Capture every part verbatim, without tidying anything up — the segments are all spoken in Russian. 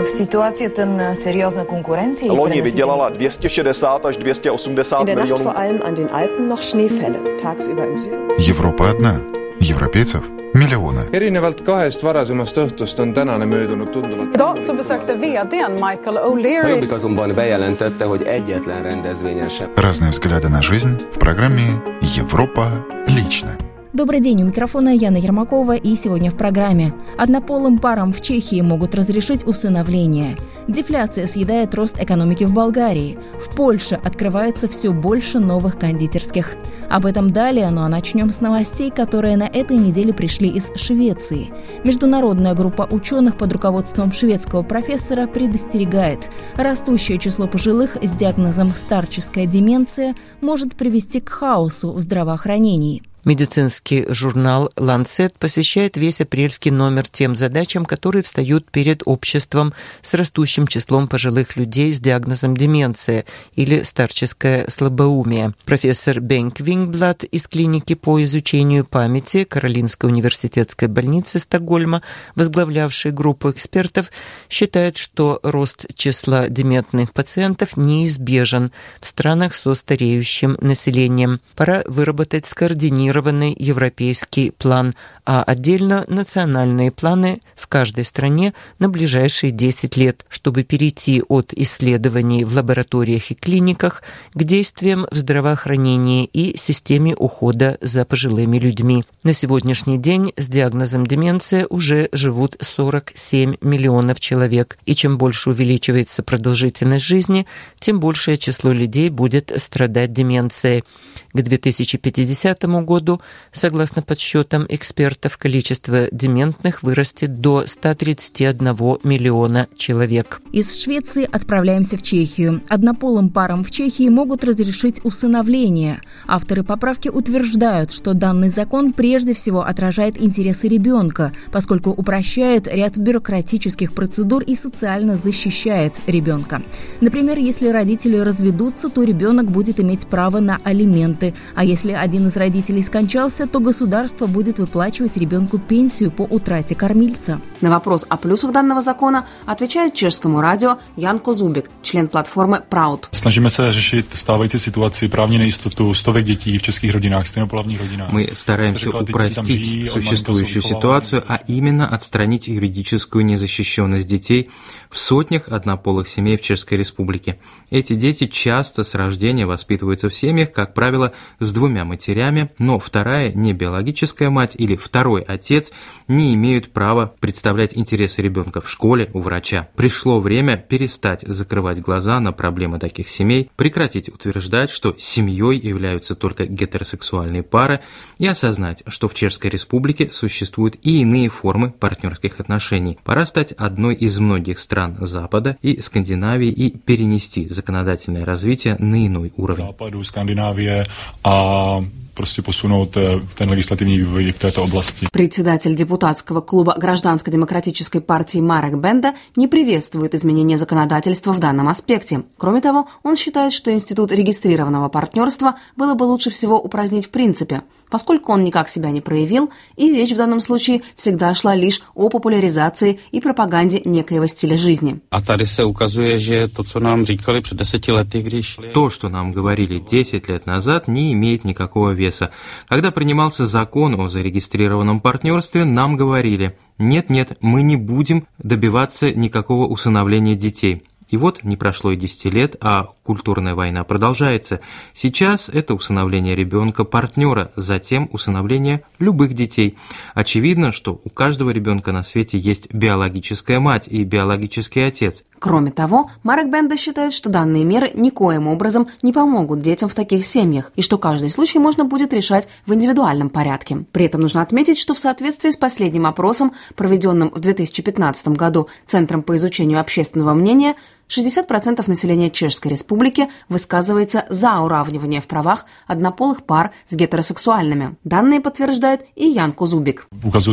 v situacii ten seriózna konkurenci. Loni vydělala dvě stě šedesát až dvě stě osmdesát milionů. vor allem an den Alpen noch Schneefälle, tagsüber im Süden. Европа одна. Европейцев миллионы. Erinevalt kahest varasemast õhtust on tänane möödunud tunduvalt. Idag så besökte V D:n Michael O'Leary. Jobbik azonban bejelentette, hogy egyetlen rendezvényen sem. Разные взгляды на жизнь в программе «Европа лично». Добрый день, у микрофона Яна Ермакова, и сегодня в программе. Однополым парам в Чехии могут разрешить усыновление. Дефляция съедает рост экономики в Болгарии. В Польше открывается все больше новых кондитерских. Об этом далее, ну а начнем с новостей, которые на этой неделе пришли из Швеции. Международная группа ученых под руководством шведского профессора предостерегает. Растущее число пожилых с диагнозом старческая деменция может привести к хаосу в здравоохранении. Медицинский журнал «Ланцет» посвящает весь апрельский номер тем задачам, которые встают перед обществом с растущим числом пожилых людей с диагнозом деменция или старческое слабоумие. Профессор Бенк Вингблад из клиники по изучению памяти Каролинской университетской больницы Стокгольма, возглавлявший группу экспертов, считает, что рост числа дементных пациентов неизбежен в странах со стареющим населением. Пора выработать скоординированный европейский план, а отдельно национальные планы в каждой стране на ближайшие десять лет, чтобы перейти от исследований в лабораториях и клиниках к действиям в здравоохранении и системе ухода за пожилыми людьми. На сегодняшний день с диагнозом деменция уже живут сорок семь миллионов человек, и чем больше увеличивается продолжительность жизни, тем большее число людей будет страдать деменцией. К две тысячи пятидесятому году, согласно подсчетам экспертов, количество дементных вырастет до ста тридцати одного миллиона человек. Из Швеции отправляемся в Чехию. Однополым парам в Чехии могут разрешить усыновление. Авторы поправки утверждают, что данный закон прежде всего отражает интересы ребенка, поскольку упрощает ряд бюрократических процедур и социально защищает ребенка. Например, если родители разведутся, то ребенок будет иметь право на алименты, а если один из родителей скончался, то государство будет выплачивать ребенку пенсию по утрате кормильца. На вопрос о плюсах данного закона отвечает чешскому радио Jan Kozubik, член платформы Proud. Snažíme se řešit stávající situaci, právní nejistotu stovek dětí v českých rodinách, stejnopohlavních rodinách. Мы стараемся упростить существующую ситуацию, а именно отстранить юридическую незащищенность детей в сотнях однополых семей в Чешской Республике. Эти дети часто с рождения воспитываются в семьях, как правило, с двумя матерями, но вторая, не биологическая мать или второй отец не имеют права представлять интересы ребенка в школе у врача. Пришло время перестать закрывать глаза на проблемы таких семей, прекратить утверждать, что семьей являются только гетеросексуальные пары, и осознать, что в Чешской Республике существуют и иные формы партнерских отношений. Пора стать одной из многих стран Запада и Скандинавии и перенести законодательное развитие на иной уровень. Západu, Skandinávie a prostě posunout ten legislativní vývoj v této oblasti. Председатель депутатского клуба Гражданско-демократической партии Марек Бенда не приветствует изменения законодательства в данном аспекте. Кроме того, он считает, что институт регистрированного партнерства было бы лучше всего упразднить в принципе, поскольку он никак себя не проявил, и речь в данном случае всегда шла лишь о популяризации и пропаганде некоего стиля жизни. А tady se ukazuje, že to, co nám říkali před deseti lety, když то, что нам говорили десять лет назад, не имеет никакого веса. Когда принимался закон о зарегистрированном партнерстве, нам говорили: нет-нет, мы не будем добиваться никакого усыновления детей. И вот не прошло и десяти лет, а культурная война продолжается. Сейчас это усыновление ребенка-партнера, затем усыновление любых детей. Очевидно, что у каждого ребенка на свете есть биологическая мать и биологический отец. Кроме того, Марек Бенда считает, что данные меры никоим образом не помогут детям в таких семьях, и что каждый случай можно будет решать в индивидуальном порядке. При этом нужно отметить, что в соответствии с последним опросом, проведенным в две тысячи пятнадцатом году Центром по изучению общественного мнения, шестьдесят процентов населения Чешской Республики высказывается за уравнивание в правах однополых пар с гетеросексуальными. Данные подтверждает и Ян Кузубик.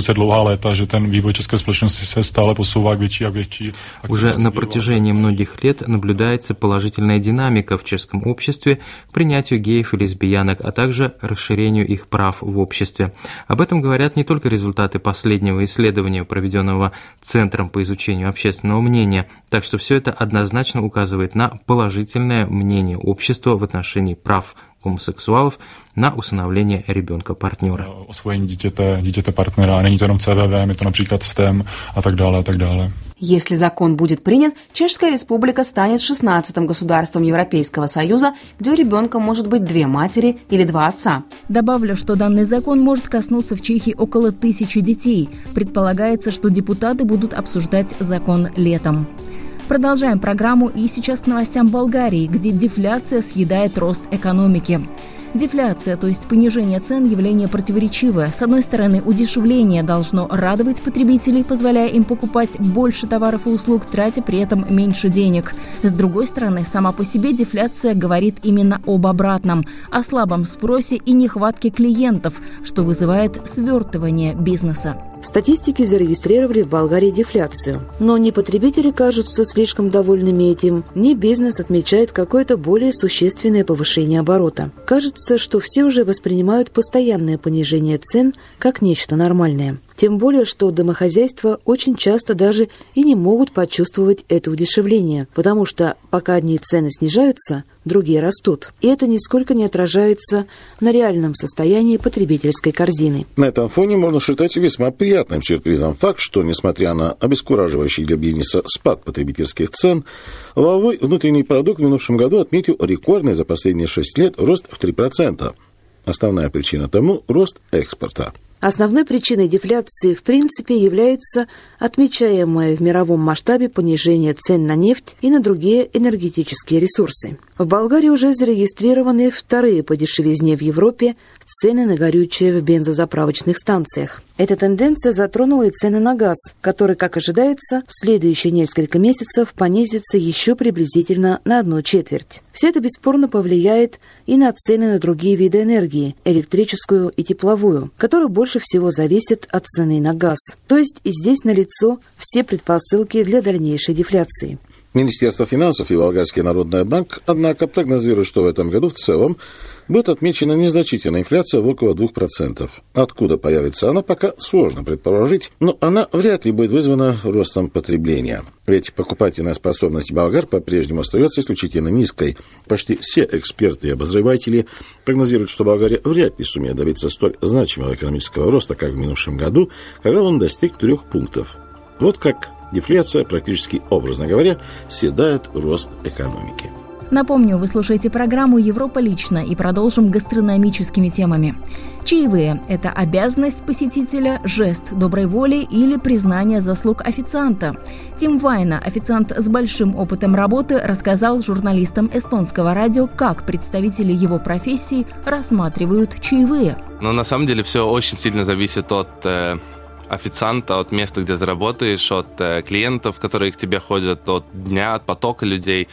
Уже на протяжении многих лет наблюдается положительная динамика в чешском обществе к принятию геев и лесбиянок, а также расширению их прав в обществе. Об этом говорят не только результаты последнего исследования, проведенного Центром по изучению общественного мнения, так что все это однозначно указывает на положительное мнение общества в отношении прав гомосексуалов на усыновление ребенка-партнера. Освоение дитяти-партнера, а не только цэ вэ вэ, это, например, стэм, а так далее, а так далее. Если закон будет принят, Чешская Республика станет шестнадцатым государством Европейского Союза, где у ребенка может быть две матери или два отца. Добавлю, что данный закон может коснуться в Чехии около тысячи детей. Предполагается, что депутаты будут обсуждать закон летом. Продолжаем программу и сейчас к новостям Болгарии, где дефляция съедает рост экономики. Дефляция, то есть понижение цен, явление противоречивое. С одной стороны, удешевление должно радовать потребителей, позволяя им покупать больше товаров и услуг, тратя при этом меньше денег. С другой стороны, сама по себе дефляция говорит именно об обратном, о слабом спросе и нехватке клиентов, что вызывает свертывание бизнеса. Статистики зарегистрировали в Болгарии дефляцию. Но ни потребители кажутся слишком довольными этим, ни бизнес отмечает какое-то более существенное повышение оборота. Кажется, что все уже воспринимают постоянное понижение цен как нечто нормальное. Тем более, что домохозяйства очень часто даже и не могут почувствовать это удешевление, потому что пока одни цены снижаются, другие растут. И это нисколько не отражается на реальном состоянии потребительской корзины. На этом фоне можно считать весьма приятным сюрпризом факт, что, несмотря на обескураживающий для бизнеса спад потребительских цен, валовой внутренний продукт в минувшем году отметил рекордный за последние шесть лет рост в три процента. Основная причина тому – рост экспорта. Основной причиной дефляции, в принципе, является отмечаемое в мировом масштабе понижение цен на нефть и на другие энергетические ресурсы. В Болгарии уже зарегистрированы вторые по дешевизне в Европе цены на горючее в бензозаправочных станциях. Эта тенденция затронула и цены на газ, который, как ожидается, в следующие несколько месяцев понизится еще приблизительно на одну четверть. Все это бесспорно повлияет и на цены на другие виды энергии, электрическую и тепловую, которые больше всего зависят от цены на газ. То есть и здесь налицо все предпосылки для дальнейшей дефляции. Министерство финансов и Болгарский народный банк, однако, прогнозируют, что в этом году в целом будет отмечена незначительная инфляция в около двух процентов. Откуда появится она, пока сложно предположить, но она вряд ли будет вызвана ростом потребления. Ведь покупательная способность болгар по-прежнему остается исключительно низкой. Почти все эксперты и обозреватели прогнозируют, что Болгария вряд ли сумеет добиться столь значимого экономического роста, как в минувшем году, когда он достиг трех пунктов. Вот как дефляция, практически образно говоря, съедает рост экономики. Напомню, вы слушаете программу «Европа лично» и продолжим гастрономическими темами. Чаевые – это обязанность посетителя, жест доброй воли или признание заслуг официанта. Тим Вайна, официант с большим опытом работы, рассказал журналистам эстонского радио, как представители его профессии рассматривают чаевые. Но на самом деле все очень сильно зависит от э, официанта, от места, где ты работаешь, от э, клиентов, которые к тебе ходят, от дня, от потока людей.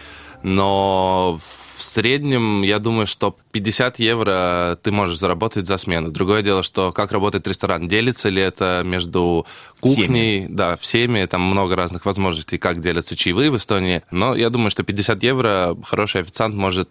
Но в среднем, я думаю, что пятьдесят евро ты можешь заработать за смену. Другое дело, что как работает ресторан, делится ли это между кухней, всеми. Да, всеми, там много разных возможностей, как делятся чаевые в Эстонии. Но я думаю, что пятьдесят евро хороший официант может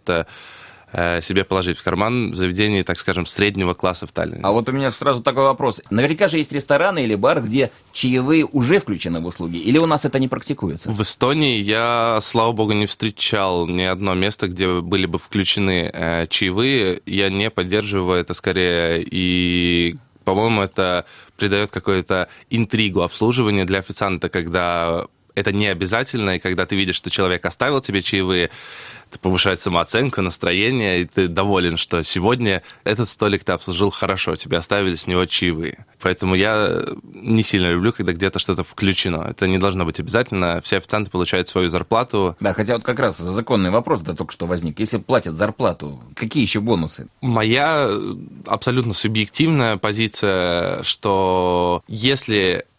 себе положить в карман в заведении, так скажем, среднего класса в Таллине. А вот у меня сразу такой вопрос. Наверняка же есть рестораны или бары, где чаевые уже включены в услуги, или у нас это не практикуется? В Эстонии я, слава богу, не встречал ни одно место, где были бы включены э, чаевые. Я не поддерживаю это скорее, и, по-моему, это придает какую-то интригу обслуживания для официанта, когда это не обязательно, и когда ты видишь, что человек оставил тебе чаевые, это повышает самооценку, настроение, и ты доволен, что сегодня этот столик ты обслужил хорошо, тебе оставили с него чаевые. Поэтому я не сильно люблю, когда где-то что-то включено. Это не должно быть обязательно. Все официанты получают свою зарплату. Да, хотя вот как раз законный вопрос да, только что возник. Если платят зарплату, какие еще бонусы? Моя абсолютно субъективная позиция, что если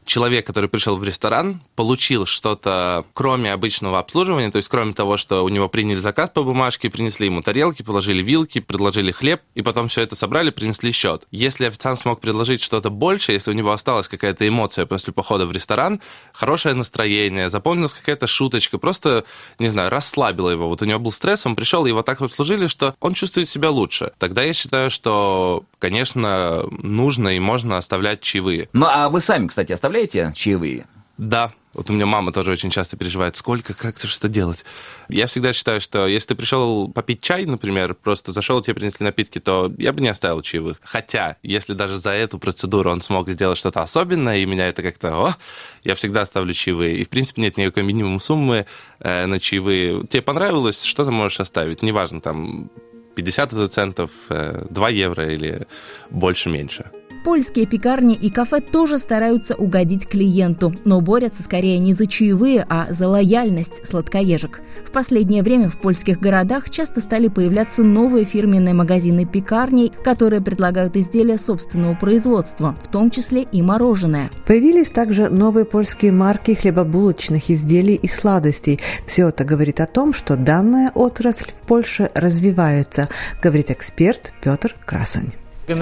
человек, который пришел в ресторан, получил что-то, кроме обычного обслуживания, то есть кроме того, что у него приняли заказ по бумажке, принесли ему тарелки, положили вилки, предложили хлеб, и потом все это собрали, принесли счет. Если официант смог предложить что-то больше, если у него осталась какая-то эмоция после похода в ресторан, хорошее настроение, запомнилась какая-то шуточка, просто, не знаю, расслабила его. Вот у него был стресс, он пришел, его так обслужили, что он чувствует себя лучше. Тогда я считаю, что, конечно, нужно и можно оставлять чаевые. Ну, а вы сами, кстати, оставляете чаевые? Да. Вот у меня мама тоже очень часто переживает, сколько, как-то, что делать. Я всегда считаю, что если ты пришел попить чай, например, просто зашел, тебе принесли напитки, то я бы не оставил чаевых. Хотя, если даже за эту процедуру он смог сделать что-то особенное, и меня это как-то, о, я всегда оставлю чаевые. И, в принципе, нет никакой минимум суммы э, на чаевые. Тебе понравилось, что ты можешь оставить? Неважно, там, пятьдесят центов, э, два евро или больше-меньше. Польские пекарни и кафе тоже стараются угодить клиенту, но борются скорее не за чаевые, а за лояльность сладкоежек. В последнее время в польских городах часто стали появляться новые фирменные магазины пекарней, которые предлагают изделия собственного производства, в том числе и мороженое. Появились также новые польские марки хлебобулочных изделий и сладостей. Все это говорит о том, что данная отрасль в Польше развивается, говорит эксперт Петр Красань.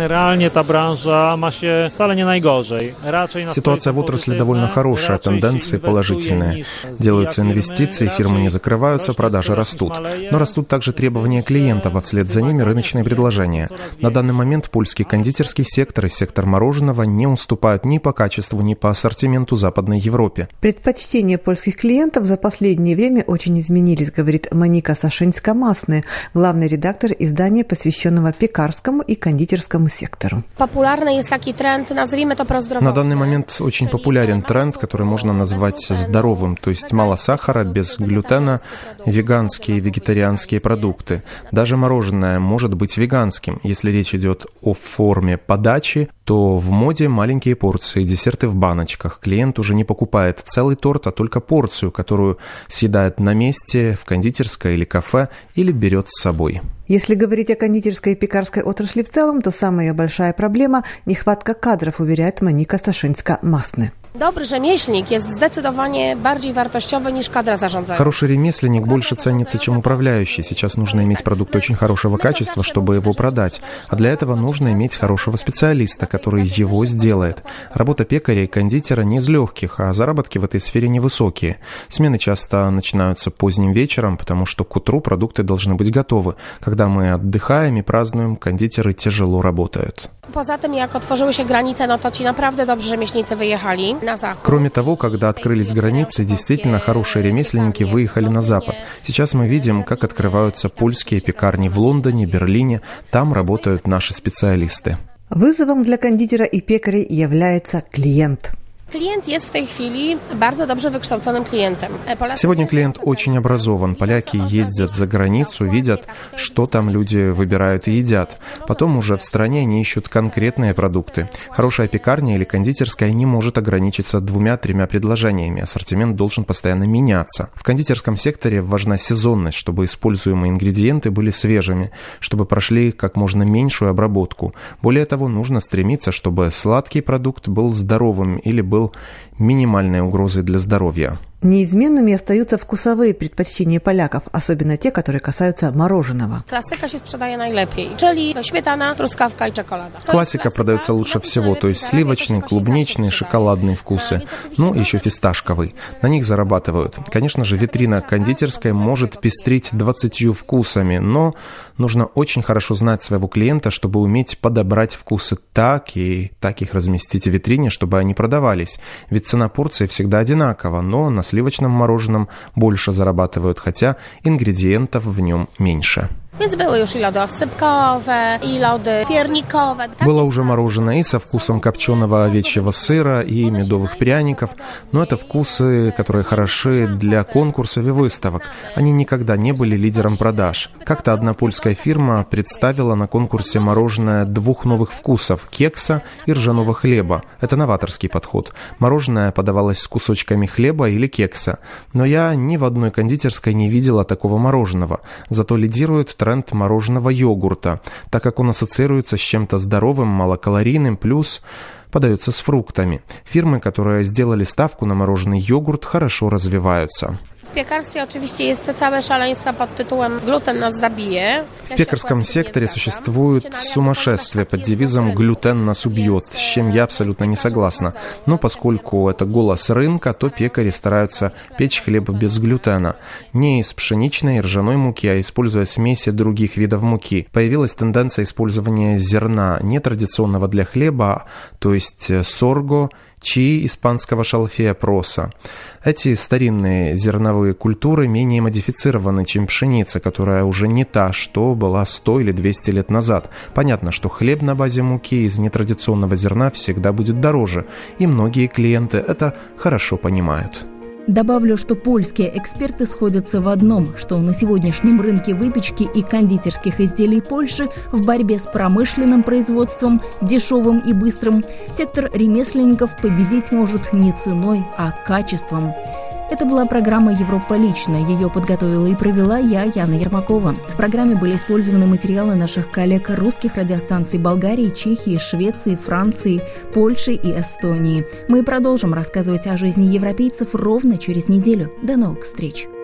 Ситуация в отрасли довольно хорошая, тенденции положительные. Делаются инвестиции, фирмы не закрываются, продажи растут. Но растут также требования клиентов, а вслед за ними рыночные предложения. На данный момент польский кондитерский сектор и сектор мороженого не уступают ни по качеству, ни по ассортименту Западной Европе. Предпочтения польских клиентов за последнее время очень изменились, говорит Моника Сашинска-Масны, главный редактор издания, посвященного пекарскому и кондитерскому сектору. Популярный есть такой тренд, назовем это проздоровье. На данный момент очень популярен тренд, который можно назвать здоровым, то есть мало сахара, без глютена, веганские и вегетарианские продукты. Даже мороженое может быть веганским. Если речь идет о форме подачи, то в моде маленькие порции, десерты в баночках. Клиент уже не покупает целый торт, а только порцию, которую съедает на месте, в кондитерской или кафе, или берет с собой. Если говорить о кондитерской и пекарской отрасли в целом, то самая большая проблема – нехватка кадров, уверяет Моника Сашинска-Масны. Dobry rzemieślnik jest zdecydowanie bardziej wartościowy niż kadra zarządzająca. Хороший ремесленник больше ценится, чем управляющий. Сейчас нужно иметь продукт очень хорошего качества, чтобы его продать. А для этого нужно иметь хорошего специалиста, который его сделает. Работа пекаря и кондитера не из легких, а заработки в этой сфере невысокие. Смены часто начинаются поздним вечером, потому что к утру продукты должны быть готовы. Когда мы отдыхаем и празднуем, кондитеры тяжело работают. Poza tym, jak otworzyły się granice, no to ci naprawdę dobrzy rzemieślnicy wyjechali na zachód. Кроме того, когда открылись границы, действительно хорошие ремесленники выехали на запад. Сейчас мы видим, как открываются польские пекарни в Лондоне, Берлине. Там работают наши специалисты. Вызовом для кондитера и пекарей является клиент. Клиент есть в tej chwili bardzo dobrze wykształconym klientem. Сегодня клиент очень образован. Поляки ездят за границу, видят, что там люди выбирают и едят. Потом уже в стране они ищут конкретные продукты. Хорошая пекарня или кондитерская не может ограничиться двумя-тремя предложениями. Ассортимент должен постоянно меняться. В кондитерском секторе важна сезонность, чтобы используемые ингредиенты были свежими, чтобы прошли как можно меньшую обработку. Более того, нужно стремиться, чтобы сладкий продукт был здоровым или был минимальной угрозой для здоровья. Неизменными остаются вкусовые предпочтения поляков, особенно те, которые касаются мороженого. Классика się sprzedaje najlepiej, czyli śmietana, truskawka и czekolada. Классика продается лучше всего, то есть сливочный, клубничный, шоколадные вкусы, ну и еще фисташковый. На них зарабатывают. Конечно же, витрина кондитерской может пестрить двадцатью вкусами, но нужно очень хорошо знать своего клиента, чтобы уметь подобрать вкусы так и так их разместить в витрине, чтобы они продавались. Ведь цена порции всегда одинакова, но на сливочном мороженом больше зарабатывают, хотя ингредиентов в нем меньше. Więc były już i lody oscypkowe, i lody piernikowe. Было уже мороженое и со вкусом копченого овечьего сыра и медовых пряников, но это вкусы, которые хороши для конкурсов и выставок. Они никогда не были лидером продаж. Как-то одна польская фирма представила на конкурсе мороженое двух новых вкусов – кекса и ржаного хлеба. Это новаторский подход. Мороженое подавалось с кусочками хлеба или кекса. Но я ни в одной кондитерской не видела такого мороженого. Зато лидирует традиция тренд мороженого йогурта, так как он ассоциируется с чем-то здоровым, малокалорийным, плюс подается с фруктами. Фирмы, которые сделали ставку на мороженый йогурт, хорошо развиваются. W piekarstwie oczywiście jest to całe szaleństwo pod tytułem gluten nas zabije. В пекарском секторе существует сумасшествие под девизом «глютен нас убьет», с чем я абсолютно не согласна. Но поскольку это голос рынка, то пекари стараются печь хлеб без глютена. Не из пшеничной и ржаной муки, а используя смеси других видов муки. Появилась тенденция использования зерна нетрадиционного для хлеба, то есть сорго, чи испанского шалфея проса. Эти старинные зерновые культуры менее модифицированы, чем пшеница, которая уже не та, что была сто или двести лет назад. Понятно, что хлеб на базе муки из нетрадиционного зерна всегда будет дороже, и многие клиенты это хорошо понимают. Добавлю, что польские эксперты сходятся в одном, что на сегодняшнем рынке выпечки и кондитерских изделий Польши в борьбе с промышленным производством, дешевым и быстрым, сектор ремесленников победить может не ценой, а качеством. Это была программа «Европа лично». Ее подготовила и провела я, Яна Ермакова. В программе были использованы материалы наших коллег русских радиостанций Болгарии, Чехии, Швеции, Франции, Польши и Эстонии. Мы продолжим рассказывать о жизни европейцев ровно через неделю. До новых встреч!